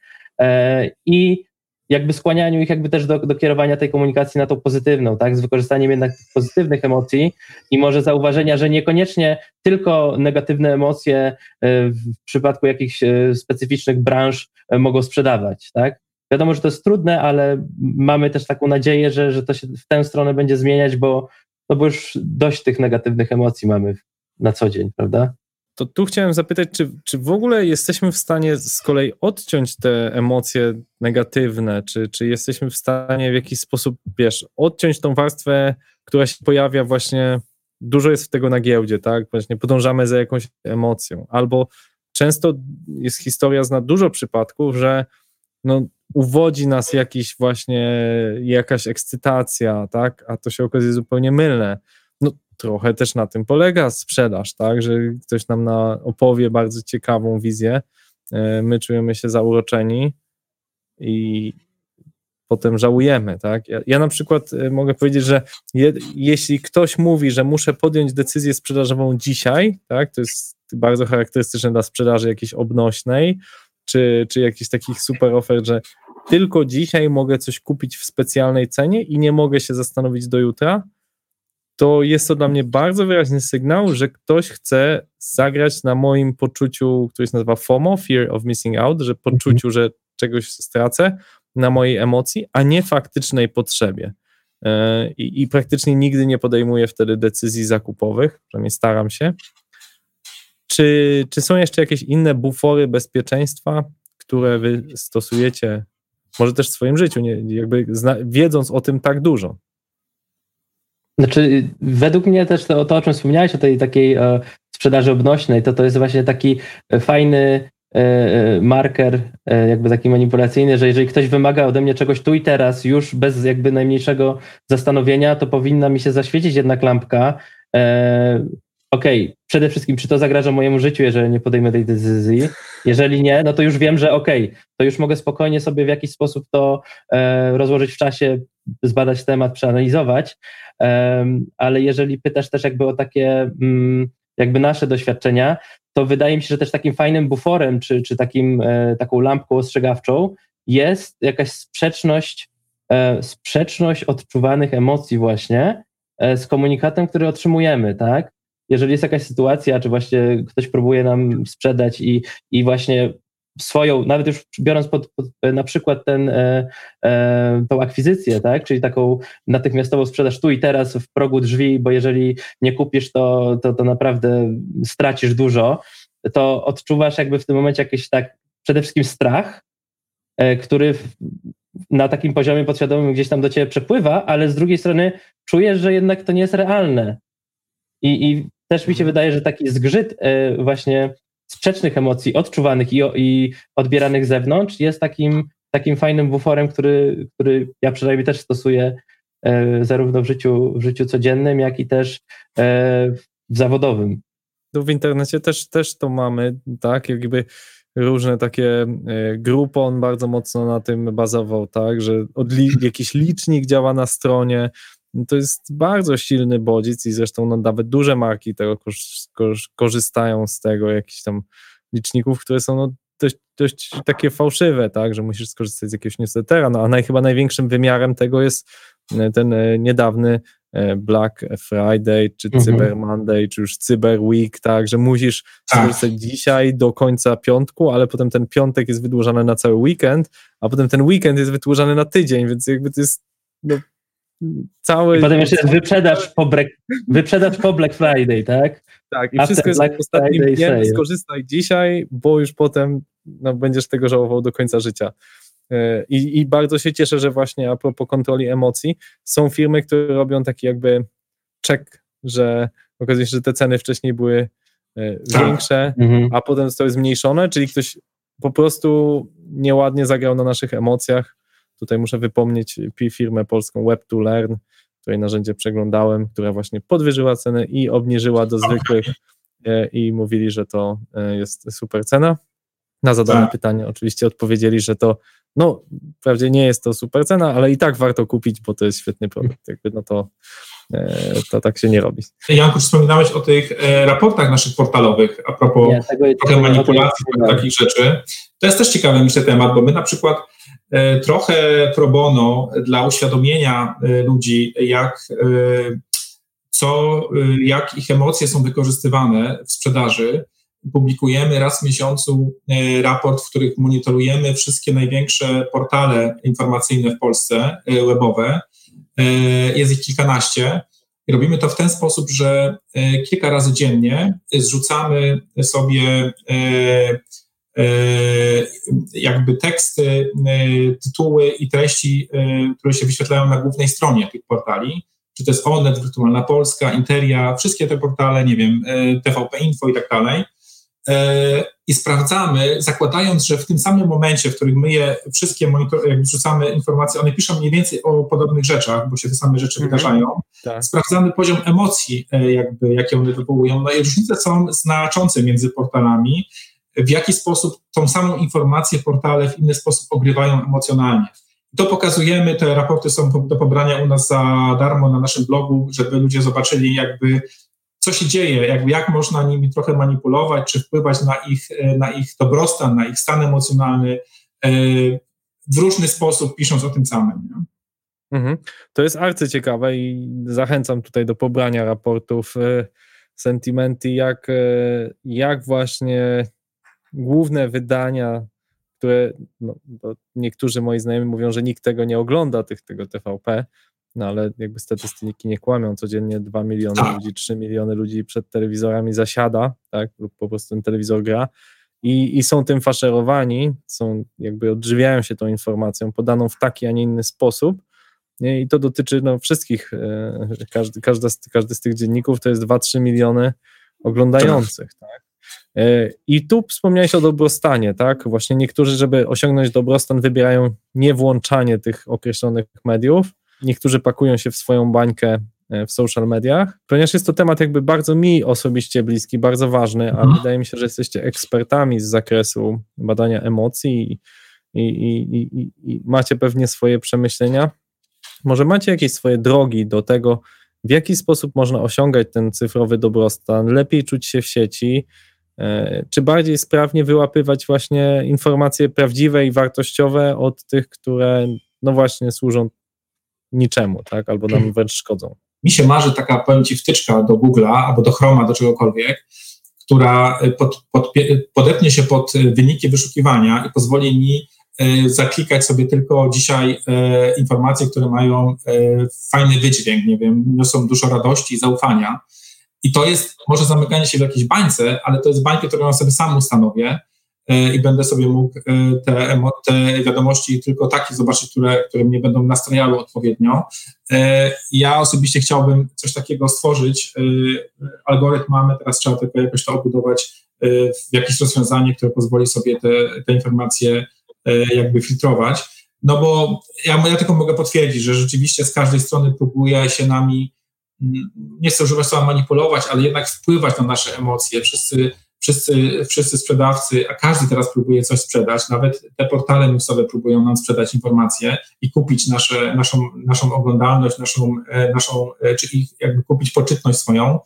i jakby skłanianiu ich jakby też do, do kierowania tej komunikacji na tą pozytywną, tak, z wykorzystaniem jednak tych pozytywnych emocji i może zauważenia, że niekoniecznie tylko negatywne emocje w przypadku jakichś specyficznych branż mogą sprzedawać, tak. Wiadomo, że to jest trudne, ale mamy też taką nadzieję, że, że to się w tę stronę będzie zmieniać, bo, no bo już dość tych negatywnych emocji mamy na co dzień, prawda? To tu chciałem zapytać, czy, czy w ogóle jesteśmy w stanie z kolei odciąć te emocje negatywne, czy, czy jesteśmy w stanie w jakiś sposób, wiesz, odciąć tą warstwę, która się pojawia właśnie, dużo jest tego na giełdzie, tak, właśnie podążamy za jakąś emocją, albo często jest historia, zna dużo przypadków, że no, uwodzi nas jakiś właśnie, jakaś ekscytacja, tak, a to się okazuje zupełnie mylne. No trochę też na tym polega sprzedaż, tak, że ktoś nam na opowie bardzo ciekawą wizję, my czujemy się zauroczeni i potem żałujemy, tak. Ja, ja na przykład mogę powiedzieć, że je, jeśli ktoś mówi, że muszę podjąć decyzję sprzedażową dzisiaj, tak, to jest bardzo charakterystyczne dla sprzedaży jakiejś obnośnej, czy, czy jakichś takich super ofert, że tylko dzisiaj mogę coś kupić w specjalnej cenie i nie mogę się zastanowić do jutra, to jest to dla mnie bardzo wyraźny sygnał, że ktoś chce zagrać na moim poczuciu, które się nazywa FOMO, Fear of Missing Out, że poczuciu, że czegoś stracę, na mojej emocji, a nie faktycznej potrzebie. I, i praktycznie nigdy nie podejmuję wtedy decyzji zakupowych, przynajmniej staram się. Czy, czy są jeszcze jakieś inne bufory bezpieczeństwa, które wy stosujecie, może też w swoim życiu, nie, jakby zna, wiedząc o tym tak dużo? Znaczy, według mnie też to, to o czym wspomniałeś, o tej takiej e, sprzedaży obnośnej, to to jest właśnie taki fajny e, marker, e, jakby taki manipulacyjny, że jeżeli ktoś wymaga ode mnie czegoś tu i teraz, już bez jakby najmniejszego zastanowienia, to powinna mi się zaświecić jednak lampka. E, Okej, okay, przede wszystkim, czy to zagraża mojemu życiu, jeżeli nie podejmę tej decyzji? Jeżeli nie, no to już wiem, że okej, okay, to już mogę spokojnie sobie w jakiś sposób to e, rozłożyć w czasie, zbadać temat, przeanalizować, e, ale jeżeli pytasz też jakby o takie mm, jakby nasze doświadczenia, to wydaje mi się, że też takim fajnym buforem, czy, czy takim, e, taką lampką ostrzegawczą jest jakaś sprzeczność, e, sprzeczność odczuwanych emocji właśnie e, z komunikatem, który otrzymujemy, tak? Jeżeli jest jakaś sytuacja, czy właśnie ktoś próbuje nam sprzedać i, i właśnie swoją, nawet już biorąc pod, pod na przykład ten, e, e, tą akwizycję, tak, czyli taką natychmiastową sprzedaż tu i teraz w progu drzwi, bo jeżeli nie kupisz, to, to, to naprawdę stracisz dużo, to odczuwasz jakby w tym momencie jakiś tak przede wszystkim strach, e, który w, na takim poziomie podświadomym gdzieś tam do ciebie przepływa, ale z drugiej strony czujesz, że jednak to nie jest realne. I, i też mi się wydaje, że taki zgrzyt e, właśnie sprzecznych emocji odczuwanych i, i odbieranych z zewnątrz jest takim, takim fajnym buforem, który, który ja przynajmniej też stosuję e, zarówno w życiu, w życiu codziennym, jak i też e, w zawodowym. Tu w internecie też, też to mamy, tak, jakby różne takie, Groupon bardzo mocno na tym bazował, tak, że odli- jakiś licznik działa na stronie. To jest bardzo silny bodziec i zresztą no, nawet duże marki tego kosz, kosz, korzystają z tego, jakichś tam liczników, które są no, dość, dość takie fałszywe, tak, że musisz skorzystać z jakiegoś newslettera, no a naj, chyba największym wymiarem tego jest ten niedawny Black Friday, czy mhm. Cyber Monday, czy już Cyber Week, tak, że musisz skorzystać dzisiaj do końca piątku, ale potem ten piątek jest wydłużany na cały weekend, a potem ten weekend jest wydłużany na tydzień, więc jakby to jest no, cały... I potem jeszcze jest wyprzedaż po, Black, wyprzedaż po Black Friday, tak? Tak, i wszystko jest w ostatnim dniem, skorzystaj dzisiaj, bo już potem no, będziesz tego żałował do końca życia. I, I bardzo się cieszę, że właśnie a propos kontroli emocji, są firmy, które robią taki jakby check, że okazuje się, że te ceny wcześniej były większe, mhm. a potem zostały zmniejszone, czyli ktoś po prostu nieładnie zagrał na naszych emocjach. Tutaj muszę wypomnieć firmę polską Web to Learn, której narzędzie przeglądałem, która właśnie podwyżyła cenę i obniżyła do zwykłych i mówili, że to jest super cena. Na zadane tak. pytanie oczywiście odpowiedzieli, że to no, wprawdzie nie jest to super cena, ale i tak warto kupić, bo to jest świetny produkt. Jakby no to, to tak się nie robi. Janku, wspominałeś o tych raportach naszych portalowych, a propos nie, tego, trochę manipulacji, tego, takich rzeczy. To jest też ciekawy, myślę, temat, bo my na przykład trochę pro bono dla uświadomienia ludzi, jak, co, jak ich emocje są wykorzystywane w sprzedaży, publikujemy raz w miesiącu raport, w którym monitorujemy wszystkie największe portale informacyjne w Polsce, webowe. Jest ich kilkanaście. Robimy to w ten sposób, że kilka razy dziennie zrzucamy sobie jakby teksty, tytuły i treści, które się wyświetlają na głównej stronie tych portali. Czy to jest Onet, Wirtualna Polska, Interia, wszystkie te portale, nie wiem, T V P Info i tak dalej. i sprawdzamy, zakładając, że w tym samym momencie, w którym my je wszystkie monitor- jakby rzucamy informacje, one piszą mniej więcej o podobnych rzeczach, bo się te same rzeczy mhm. wydarzają, tak. Sprawdzamy poziom emocji, jakby, jakie one wywołują. No i różnice są znaczące między portalami, w jaki sposób tą samą informację portale w inny sposób ogrywają emocjonalnie. To pokazujemy, te raporty są do pobrania u nas za darmo na naszym blogu, żeby ludzie zobaczyli jakby co się dzieje, jakby jak można nimi trochę manipulować, czy wpływać na ich, na ich dobrostan, na ich stan emocjonalny w różny sposób, pisząc o tym samym. Nie? Mhm. To jest arcyciekawe i zachęcam tutaj do pobrania raportów Sentimenty, jak, jak właśnie główne wydania, które no, niektórzy moi znajomi mówią, że nikt tego nie ogląda, tych, tego T V P, no ale jakby statystyki nie kłamią, codziennie dwa miliony tak. ludzi, trzy miliony ludzi przed telewizorami zasiada, tak, lub po prostu ten telewizor gra i, i są tym faszerowani, są jakby odżywiają się tą informacją podaną w taki, a nie inny sposób, nie? I to dotyczy no, wszystkich, e, każdy, każda z, każdy z tych dzienników to jest dwa trzy miliony oglądających, tak. E, I tu wspomniałeś o dobrostanie, tak, właśnie niektórzy, żeby osiągnąć dobrostan, wybierają niewłączanie tych określonych mediów. Niektórzy pakują się w swoją bańkę w social mediach, ponieważ jest to temat jakby bardzo mi osobiście bliski, bardzo ważny, a mhm. wydaje mi się, że jesteście ekspertami z zakresu badania emocji i, i, i, i, i macie pewnie swoje przemyślenia. Może macie jakieś swoje drogi do tego, w jaki sposób można osiągać ten cyfrowy dobrostan, lepiej czuć się w sieci, czy bardziej sprawnie wyłapywać właśnie informacje prawdziwe i wartościowe od tych, które no właśnie służą niczemu, tak, albo nam wręcz szkodzą. Mi się marzy taka, powiem Ci, wtyczka do Google'a albo do Chroma, do czegokolwiek, która pod, pod, podepnie się pod wyniki wyszukiwania i pozwoli mi e, zaklikać sobie tylko dzisiaj e, informacje, które mają e, fajny wydźwięk, nie wiem, niosą dużo radości i zaufania. I to jest może zamykanie się w jakiejś bańce, ale to jest bańka, którą ja sobie sam ustanowię e, i będę sobie mógł e, te, emo, te wiadomości tylko takie zobaczyć, które, które mnie będą nastrajały odpowiednio. E, ja osobiście chciałbym coś takiego stworzyć. E, algorytm mamy, teraz trzeba tylko jakoś to obudować e, w jakieś rozwiązanie, które pozwoli sobie te, te informacje e, jakby filtrować. No bo ja, ja tylko mogę potwierdzić, że rzeczywiście z każdej strony próbuje się nami, nie chcę używać słowa manipulować, ale jednak wpływać na nasze emocje. Wszyscy, wszyscy, wszyscy sprzedawcy, a każdy teraz próbuje coś sprzedać, nawet te portale newsowe próbują nam sprzedać informacje i kupić nasze, naszą, naszą oglądalność, naszą, naszą, czy ich jakby kupić poczytność swoją.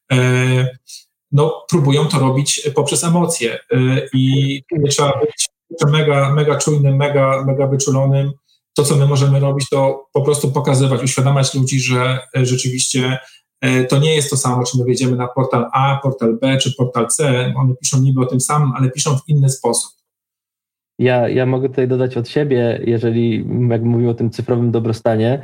No, próbują to robić poprzez emocje i trzeba być mega, mega czujnym, mega, mega wyczulonym. To, co my możemy robić, to po prostu pokazywać, uświadamiać ludzi, że rzeczywiście to nie jest to samo, czy my wejdziemy na portal A, portal B, czy portal C. One piszą niby o tym samym, ale piszą w inny sposób. Ja, ja mogę tutaj dodać od siebie, jeżeli jak mówimy o tym cyfrowym dobrostanie,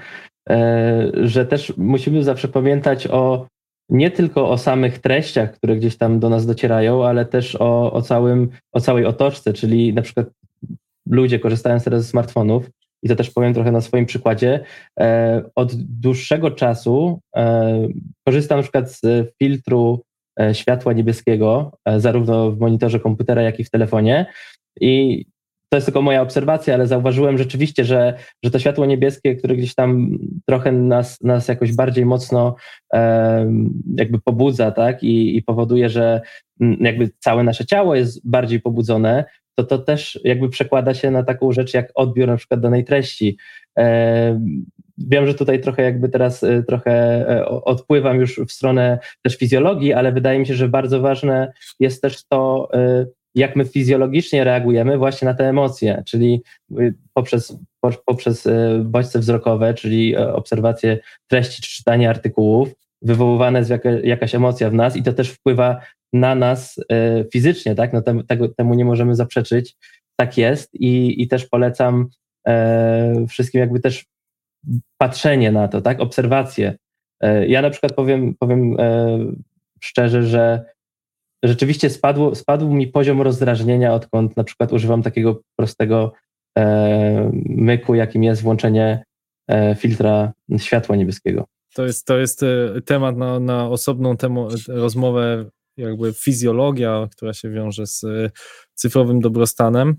że też musimy zawsze pamiętać o nie tylko o samych treściach, które gdzieś tam do nas docierają, ale też o, o, całym, o całej otoczce, czyli na przykład ludzie korzystając teraz ze smartfonów, i to też powiem trochę na swoim przykładzie, e, od dłuższego czasu e, korzystam na przykład z filtru e, światła niebieskiego, e, zarówno w monitorze komputera, jak i w telefonie. I to jest tylko moja obserwacja, ale zauważyłem rzeczywiście, że, że to światło niebieskie, które gdzieś tam trochę nas, nas jakoś bardziej mocno e, jakby pobudza, tak, I, i powoduje, że jakby całe nasze ciało jest bardziej pobudzone, to to też jakby przekłada się na taką rzecz jak odbiór na przykład danej treści. E, wiem, że tutaj trochę jakby teraz e, trochę e, odpływam już w stronę też fizjologii, ale wydaje mi się, że bardzo ważne jest też to, e, jak my fizjologicznie reagujemy właśnie na te emocje, czyli poprzez, poprzez bodźce wzrokowe, czyli obserwację treści czy czytanie artykułów, wywoływana jest jaka, jakaś emocja w nas i to też wpływa na nas e, fizycznie, tak? No tem, tego, temu nie możemy zaprzeczyć. Tak jest i, i też polecam e, wszystkim jakby też patrzenie na to, tak? Obserwacje. E, ja na przykład powiem, powiem e, szczerze, że rzeczywiście spadło, spadł mi poziom rozdrażnienia, odkąd na przykład używam takiego prostego e, myku, jakim jest włączenie e, filtra światła niebieskiego. To jest, to jest temat na, na osobną temu, rozmowę jakby fizjologia, która się wiąże z cyfrowym dobrostanem.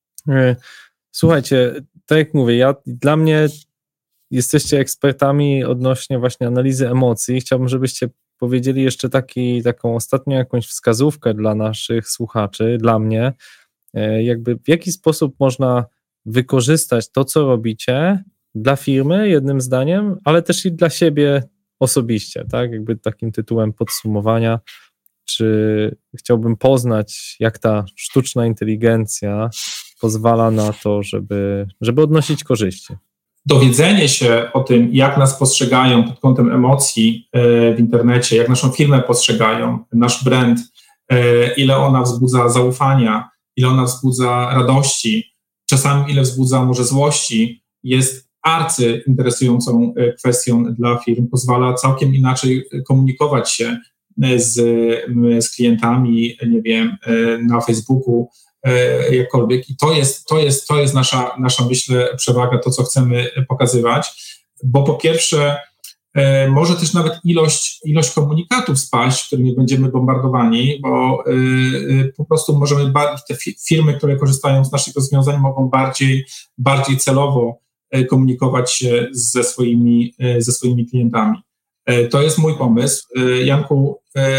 Słuchajcie, tak jak mówię, ja, dla mnie jesteście ekspertami odnośnie właśnie analizy emocji. Chciałbym, żebyście powiedzieli jeszcze taki, taką ostatnią jakąś wskazówkę dla naszych słuchaczy, dla mnie, jakby w jaki sposób można wykorzystać to, co robicie dla firmy, jednym zdaniem, ale też i dla siebie osobiście, tak? Jakby takim tytułem podsumowania, czy chciałbym poznać, jak ta sztuczna inteligencja pozwala na to, żeby, żeby odnosić korzyści. Dowiedzenie się o tym, jak nas postrzegają pod kątem emocji w internecie, jak naszą firmę postrzegają, nasz brand, ile ona wzbudza zaufania, ile ona wzbudza radości, czasami ile wzbudza może złości, jest arcy interesującą kwestią dla firm, pozwala całkiem inaczej komunikować się z, z klientami, nie wiem, na Facebooku, jakkolwiek. I to jest, to jest, to jest nasza, nasza, myślę, przewaga, to, co chcemy pokazywać, bo po pierwsze może też nawet ilość, ilość komunikatów spaść, którymi będziemy bombardowani, bo po prostu możemy, te firmy, które korzystają z naszych rozwiązań, mogą bardziej, bardziej celowo komunikować się ze swoimi, ze swoimi klientami. To jest mój pomysł. Janku,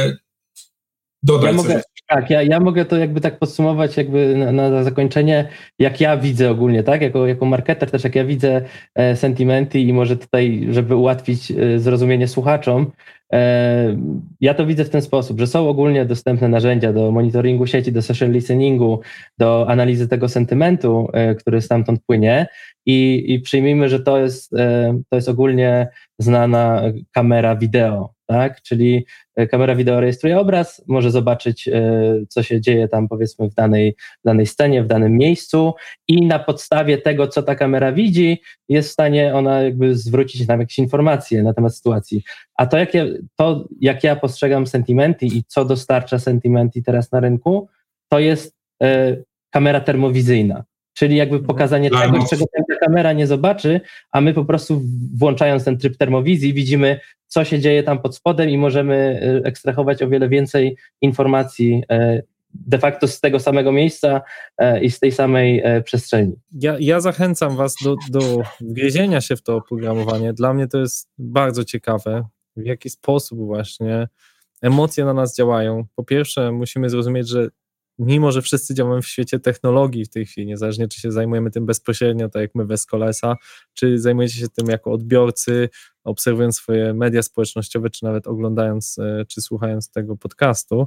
dodaj ja coś. Mogę, tak, ja, ja mogę to jakby tak podsumować jakby na, na zakończenie, jak ja widzę ogólnie, tak, jako, jako marketer też, jak ja widzę e, Sentimenty i może tutaj, żeby ułatwić e, zrozumienie słuchaczom, e, ja to widzę w ten sposób, że są ogólnie dostępne narzędzia do monitoringu sieci, do social listeningu, do analizy tego sentymentu, e, który stamtąd płynie i, i przyjmijmy, że to jest, e, to jest ogólnie znana kamera wideo, tak, czyli kamera wideo rejestruje obraz, może zobaczyć, co się dzieje tam, powiedzmy, w danej, w danej scenie, w danym miejscu i na podstawie tego, co ta kamera widzi, jest w stanie ona jakby zwrócić nam jakieś informacje na temat sytuacji. A to, jak ja, to, jak ja postrzegam Sentimenty i co dostarcza Sentimenty teraz na rynku, to jest e, kamera termowizyjna. Czyli jakby pokazanie Dla tego, emocji. czego ta kamera nie zobaczy, a my po prostu włączając ten tryb termowizji widzimy, co się dzieje tam pod spodem i możemy ekstrahować o wiele więcej informacji de facto z tego samego miejsca i z tej samej przestrzeni. Ja, ja zachęcam was do, do wgryzienia się w to oprogramowanie. Dla mnie to jest bardzo ciekawe, w jaki sposób właśnie emocje na nas działają. Po pierwsze musimy zrozumieć, że mimo że wszyscy działamy w świecie technologii w tej chwili, niezależnie czy się zajmujemy tym bezpośrednio, tak jak my w Escolesa, czy zajmujecie się tym jako odbiorcy, obserwując swoje media społecznościowe, czy nawet oglądając, czy słuchając tego podcastu,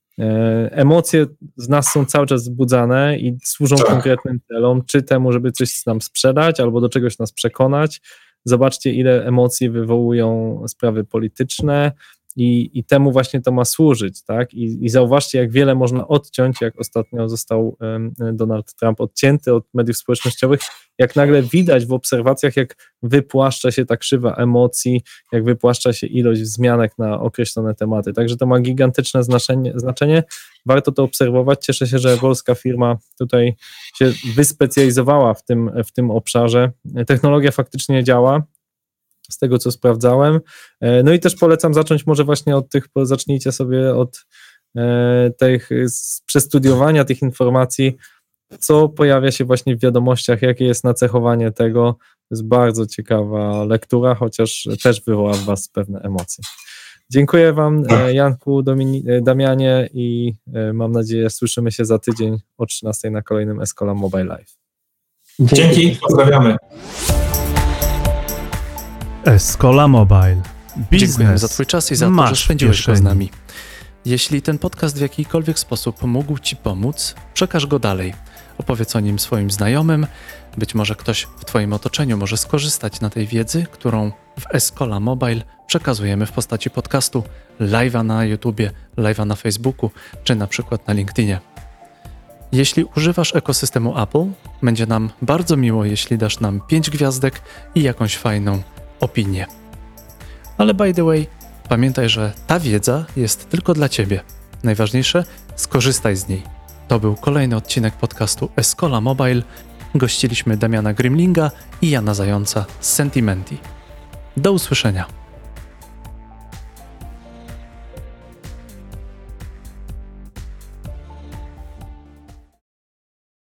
emocje z nas są cały czas wzbudzane i służą tak. konkretnym celom, czy temu, żeby coś nam sprzedać, albo do czegoś nas przekonać. Zobaczcie, ile emocji wywołują sprawy polityczne, I, i temu właśnie to ma służyć, tak? I, I zauważcie, jak wiele można odciąć, jak ostatnio został um, Donald Trump odcięty od mediów społecznościowych, jak nagle widać w obserwacjach, jak wypłaszcza się ta krzywa emocji, jak wypłaszcza się ilość wzmianek na określone tematy. Także to ma gigantyczne znaczenie, znaczenie. Warto to obserwować. Cieszę się, że polska firma tutaj się wyspecjalizowała w tym, w tym obszarze. Technologia faktycznie działa, z tego, co sprawdzałem. No i też polecam zacząć może właśnie od tych, zacznijcie sobie od e, tych przestudiowania tych informacji, co pojawia się właśnie w wiadomościach, jakie jest nacechowanie tego. To jest bardzo ciekawa lektura, chociaż też wywoła w was pewne emocje. Dziękuję wam, Janku, Domini- Damianie i mam nadzieję, słyszymy się za tydzień o trzynastej na kolejnym Escola Mobile Live. Dzięki, pozdrawiamy. Escola Mobile. Biznes. Dziękujemy za twój czas i za to, że spędziłeś go z nami. Jeśli ten podcast w jakikolwiek sposób mógł ci pomóc, przekaż go dalej. Opowiedz o nim swoim znajomym. Być może ktoś w twoim otoczeniu może skorzystać na tej wiedzy, którą w Escola Mobile przekazujemy w postaci podcastu, live'a na YouTubie, live'a na Facebooku, czy na przykład na LinkedInie. Jeśli używasz ekosystemu Apple, będzie nam bardzo miło, jeśli dasz nam pięć gwiazdek i jakąś fajną opinię. Ale by the way, pamiętaj, że ta wiedza jest tylko dla ciebie. Najważniejsze, skorzystaj z niej. To był kolejny odcinek podcastu Escola Mobile. Gościliśmy Damiana Grimlinga i Jana Zająca z Sentimenty. Do usłyszenia.